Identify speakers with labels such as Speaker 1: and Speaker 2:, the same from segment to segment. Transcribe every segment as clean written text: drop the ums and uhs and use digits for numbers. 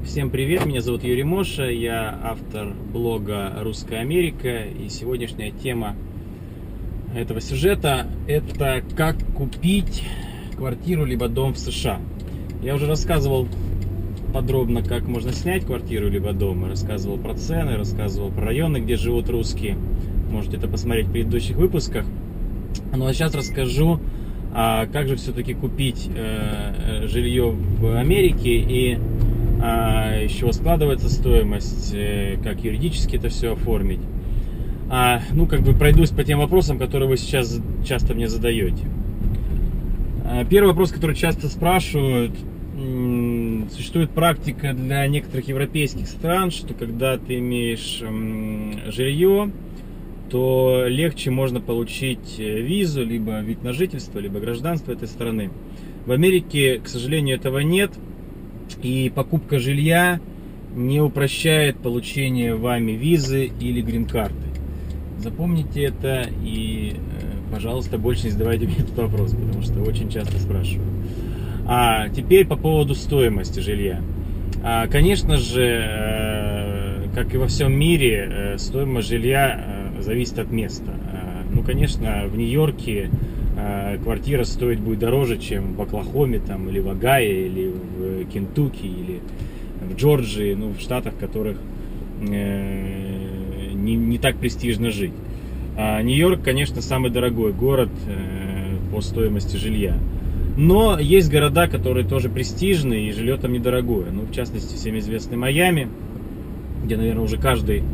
Speaker 1: Всем привет, меня зовут Юрий Моша, я автор блога «Русская Америка», и сегодняшняя тема этого сюжета – это как купить квартиру либо дом в США. Я уже рассказывал подробно, как можно снять квартиру либо дом, рассказывал про цены, рассказывал про районы, где живут русские, можете это посмотреть в предыдущих выпусках. Ну а сейчас расскажу, как же все-таки купить жилье в Америке и из чего складывается стоимость, как юридически это все оформить. Пройдусь по тем вопросам, которые вы сейчас часто мне задаете. Первый вопрос, который часто спрашивают: существует практика для некоторых европейских стран, что когда ты имеешь жилье, то легче можно получить визу, либо вид на жительство, либо гражданство этой страны. В Америке, к сожалению, этого нет. И покупка жилья не упрощает получение вами визы или грин-карты. Запомните это и, пожалуйста, больше не задавайте мне этот вопрос, потому что очень часто спрашиваю. А теперь по поводу стоимости жилья. Конечно же, как и во всем мире, стоимость жилья зависит от места. Конечно, в Нью-Йорке квартира стоить будет дороже, чем в Оклахоме, там, или в Огайо, или в Кентукки, или в Джорджии, в штатах, в которых не так престижно жить. Нью-Йорк, конечно, самый дорогой город по стоимости жилья. Но есть города, которые тоже престижные, и жилье там недорогое. В частности, всем известный Майами, где, наверное, уже каждая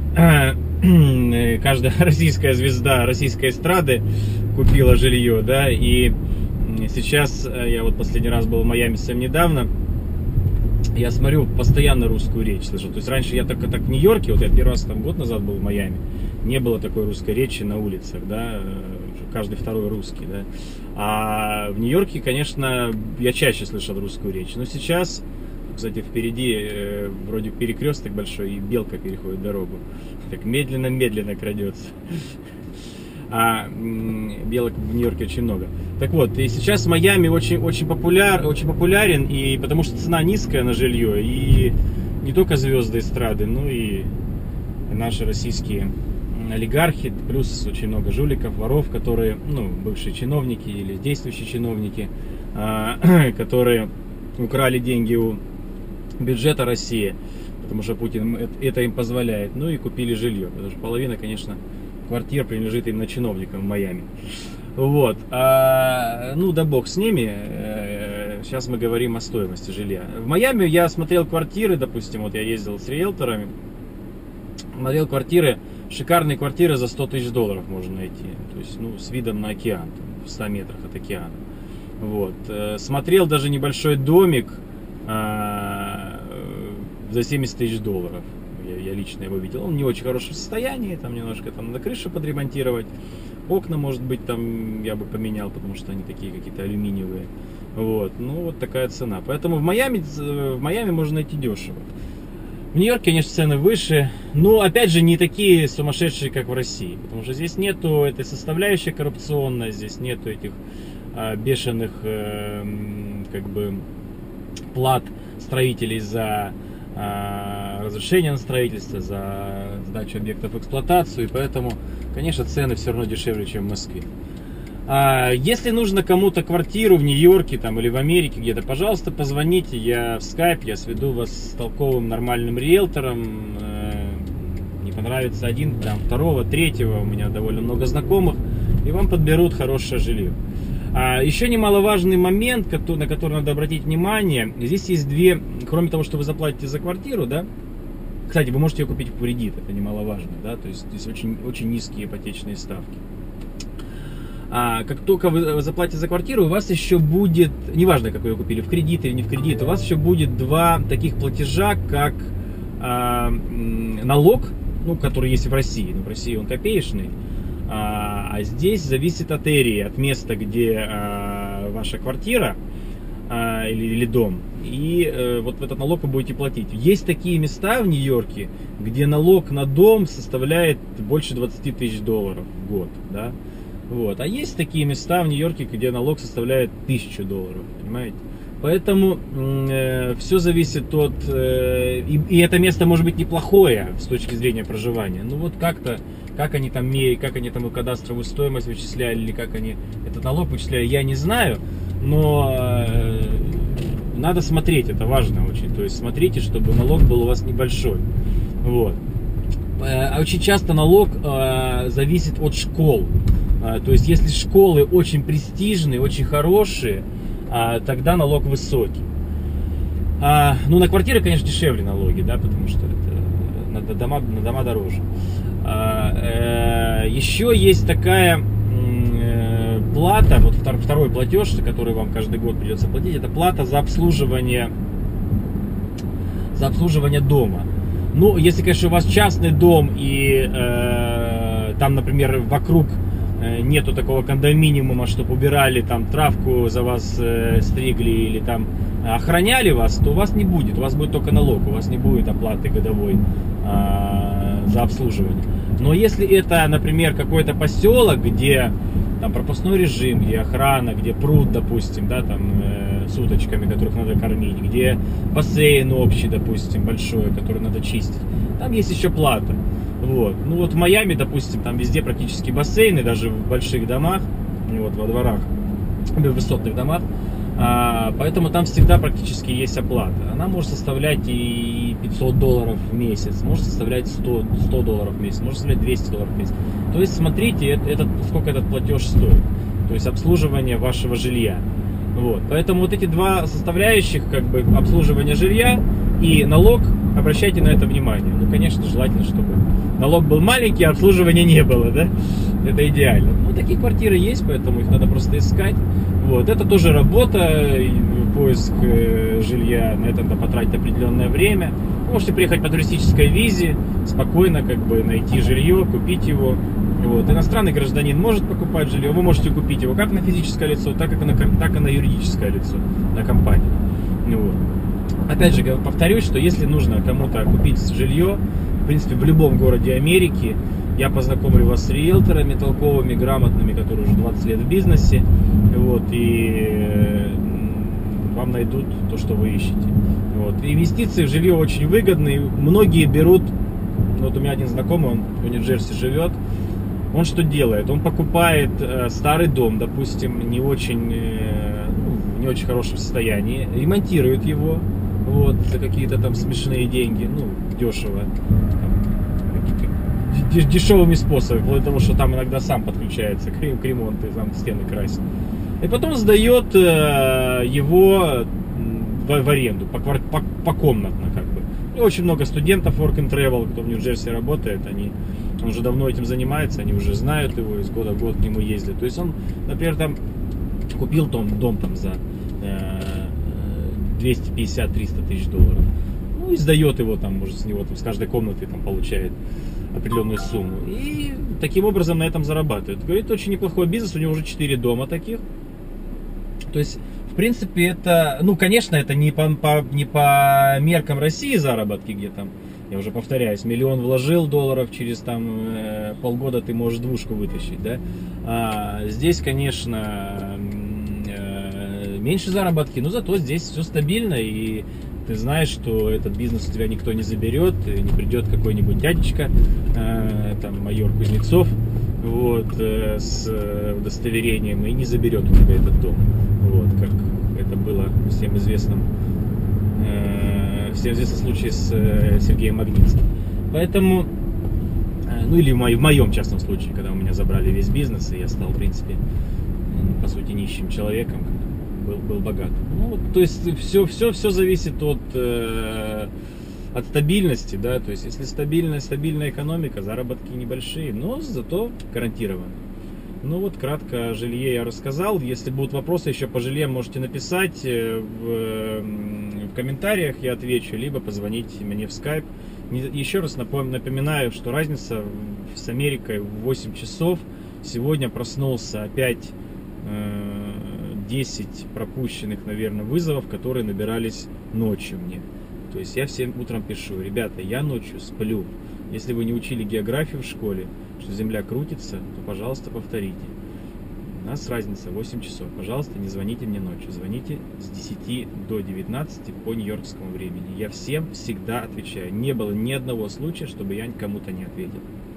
Speaker 1: российская звезда российской эстрады купила жилье, да, и сейчас, я вот последний раз был в Майами совсем недавно, я смотрю, постоянно русскую речь слышу. То есть раньше я только так в Нью-Йорке, вот я первый раз год назад был в Майами, не было такой русской речи на улицах, да, каждый второй русский, да. А в Нью-Йорке, конечно, я чаще слышал русскую речь, но сейчас, кстати, впереди вроде перекресток большой, и белка переходит дорогу. Так медленно-медленно крадется. А белок в Нью-Йорке очень много. Так вот, и сейчас Майами очень популярен, и потому что цена низкая на жилье, и не только звезды эстрады, но и наши российские олигархи, плюс очень много жуликов, воров, которые, бывшие чиновники или действующие чиновники, которые украли деньги у бюджета России, потому что Путин это им позволяет, и купили жилье, потому что половина, конечно, квартир принадлежит именно чиновникам в Майами. Вот, да бог с ними, сейчас мы говорим о стоимости жилья. В Майами я смотрел квартиры, допустим, вот я ездил с риэлторами, смотрел квартиры, шикарные квартиры за $100 000 можно найти, то есть, с видом на океан, в 100 метрах от океана. Вот, смотрел даже небольшой домик за $70 000. Я лично его видел. Он не очень хорошем состоянии, там немножко надо крышу подремонтировать. Окна, может быть, там я бы поменял, потому что они такие какие-то алюминиевые. Вот, вот такая цена. Поэтому в Майами можно найти дешево. В Нью-Йорке, конечно, цены выше, но, опять же, не такие сумасшедшие, как в России. Потому что здесь нету этой составляющей коррупционной, здесь нету этих бешеных, плат строителей за разрешение на строительство, за сдачу объектов в эксплуатацию, и поэтому, конечно, цены все равно дешевле, чем в Москве. Если нужно кому-то квартиру в Нью-Йорке или в Америке где-то, пожалуйста, позвоните, я в скайп, я сведу вас с толковым нормальным риэлтором. Не понравится один, второго, третьего, у меня довольно много знакомых, и вам подберут хорошее жилье. Еще немаловажный момент, на который надо обратить внимание, здесь есть кроме того, что вы заплатите за квартиру, да, кстати, вы можете ее купить в кредит, это немаловажно, да, то есть здесь очень низкие ипотечные ставки. Как только вы заплатите за квартиру, у вас еще будет, неважно, как вы ее купили, в кредит или не в кредит, у вас еще будет два таких платежа, как налог, который есть в России, но в России он копеечный. А здесь зависит от эрии, от места, где ваша квартира или дом. И вот этот налог вы будете платить. Есть такие места в Нью-Йорке, где налог на дом составляет больше $20 000 в год. Да? Вот. А есть такие места в Нью-Йорке, где налог составляет $1000, понимаете? Поэтому все зависит от... и это место может быть неплохое с точки зрения проживания. Ну вот как-то, как они там меряют, как они там и кадастровую стоимость вычисляли, или как они этот налог вычисляли, я не знаю. Но надо смотреть, это важно очень. То есть смотрите, чтобы налог был у вас небольшой. Вот. Очень часто налог зависит от школ. То есть если школы очень престижные, очень хорошие, тогда налог высокий. Ну, на квартиры, конечно, дешевле налоги, да, потому что это на дома дороже. Еще есть такая плата, вот второй платеж, который вам каждый год придется платить, это плата за обслуживание дома. Ну, если, конечно, у вас частный дом и там, например, вокруг нету такого кондоминиума, чтобы убирали там травку за вас, стригли или там охраняли вас, то у вас не будет. У вас будет только налог, у вас не будет оплаты годовой за обслуживание. Но если это, например, какой-то поселок, где там пропускной режим, где охрана, где пруд, допустим, да, там с уточками, которых надо кормить, где бассейн общий, допустим, большой, который надо чистить, там есть еще плата. Вот. Ну вот в Майами, допустим, там везде практически бассейны, даже в больших домах, вот, во дворах, в высотных домах, поэтому там всегда практически есть оплата. Она может составлять и $500 в месяц, может составлять $100 в месяц, может составлять $200 в месяц. То есть смотрите, сколько этот платеж стоит, то есть обслуживание вашего жилья. Вот. Поэтому вот эти два составляющих, как бы обслуживание жилья и налог, обращайте на это внимание. Ну, конечно, желательно, чтобы налог был маленький, а обслуживания не было, да? Это идеально. Ну, такие квартиры есть, поэтому их надо просто искать. Вот. Это тоже работа, поиск жилья, на это надо потратить определенное время. Вы можете приехать по туристической визе, спокойно как бы найти жилье, купить его. Вот. Иностранный гражданин может покупать жилье, вы можете купить его как на физическое лицо, так и на юридическое лицо, на компанию. Вот. Опять же, повторюсь, что если нужно кому-то купить жилье, в принципе, в любом городе Америки, я познакомлю вас с риэлторами толковыми, грамотными, которые уже 20 лет в бизнесе, вот, и вам найдут то, что вы ищете. Вот. Инвестиции в жилье очень выгодные, многие берут, вот у меня один знакомый, он в Нью-Джерси живет, он что делает? Он покупает старый дом, допустим, не очень хорошем состоянии, ремонтирует его, вот, за какие-то там смешные деньги, ну, дешево, дешевыми способами, вплоть до того, что там иногда сам подключается к ремонту и там стены красит. И потом сдает его в аренду, покомнатно как бы. И очень много студентов Work and Travel, кто в Нью-Джерси работает, он уже давно этим занимается, они уже знают его, из года в год к нему ездят. То есть он, например, там купил дом там за 250-300 тысяч долларов. Ну и сдает его там, может, с него там, с каждой комнаты там получает определенную сумму. И таким образом на этом зарабатывает. Говорит, очень неплохой бизнес, у него уже 4 дома таких. То есть, в принципе, это, ну, конечно, это не по меркам России заработки, где там, я уже повторяюсь, $1 миллион вложил долларов, через там полгода ты можешь двушку вытащить, да. А здесь, конечно, меньше заработки, но зато здесь все стабильно, и ты знаешь, что этот бизнес у тебя никто не заберет, и не придет какой-нибудь дядечка, там, майор Кузнецов, вот, с удостоверением, и не заберет у тебя этот дом, вот, как это было всем известном случае с Сергеем Магнитским. Поэтому, ну или в моем частном случае, когда у меня забрали весь бизнес, и я стал, в принципе, по сути, нищим человеком, был богат. Ну, то есть все зависит от стабильности, да, то есть если стабильная экономика, заработки небольшие, но зато гарантированно. Ну вот кратко о жилье я рассказал. Если будут вопросы еще по жилью, можете написать в комментариях, я отвечу, либо позвоните мне в Skype. Еще раз напоминаю, что разница с Америкой в 8 часов. Сегодня проснулся опять 10 пропущенных, наверное, вызовов, которые набирались ночью мне. То есть я всем утром пишу: ребята, я ночью сплю. Если вы не учили географию в школе, что Земля крутится, то, пожалуйста, повторите. У нас разница 8 часов. Пожалуйста, не звоните мне ночью. Звоните с 10 до 19 по нью-йоркскому времени. Я всем всегда отвечаю. Не было ни одного случая, чтобы я кому-то не ответил.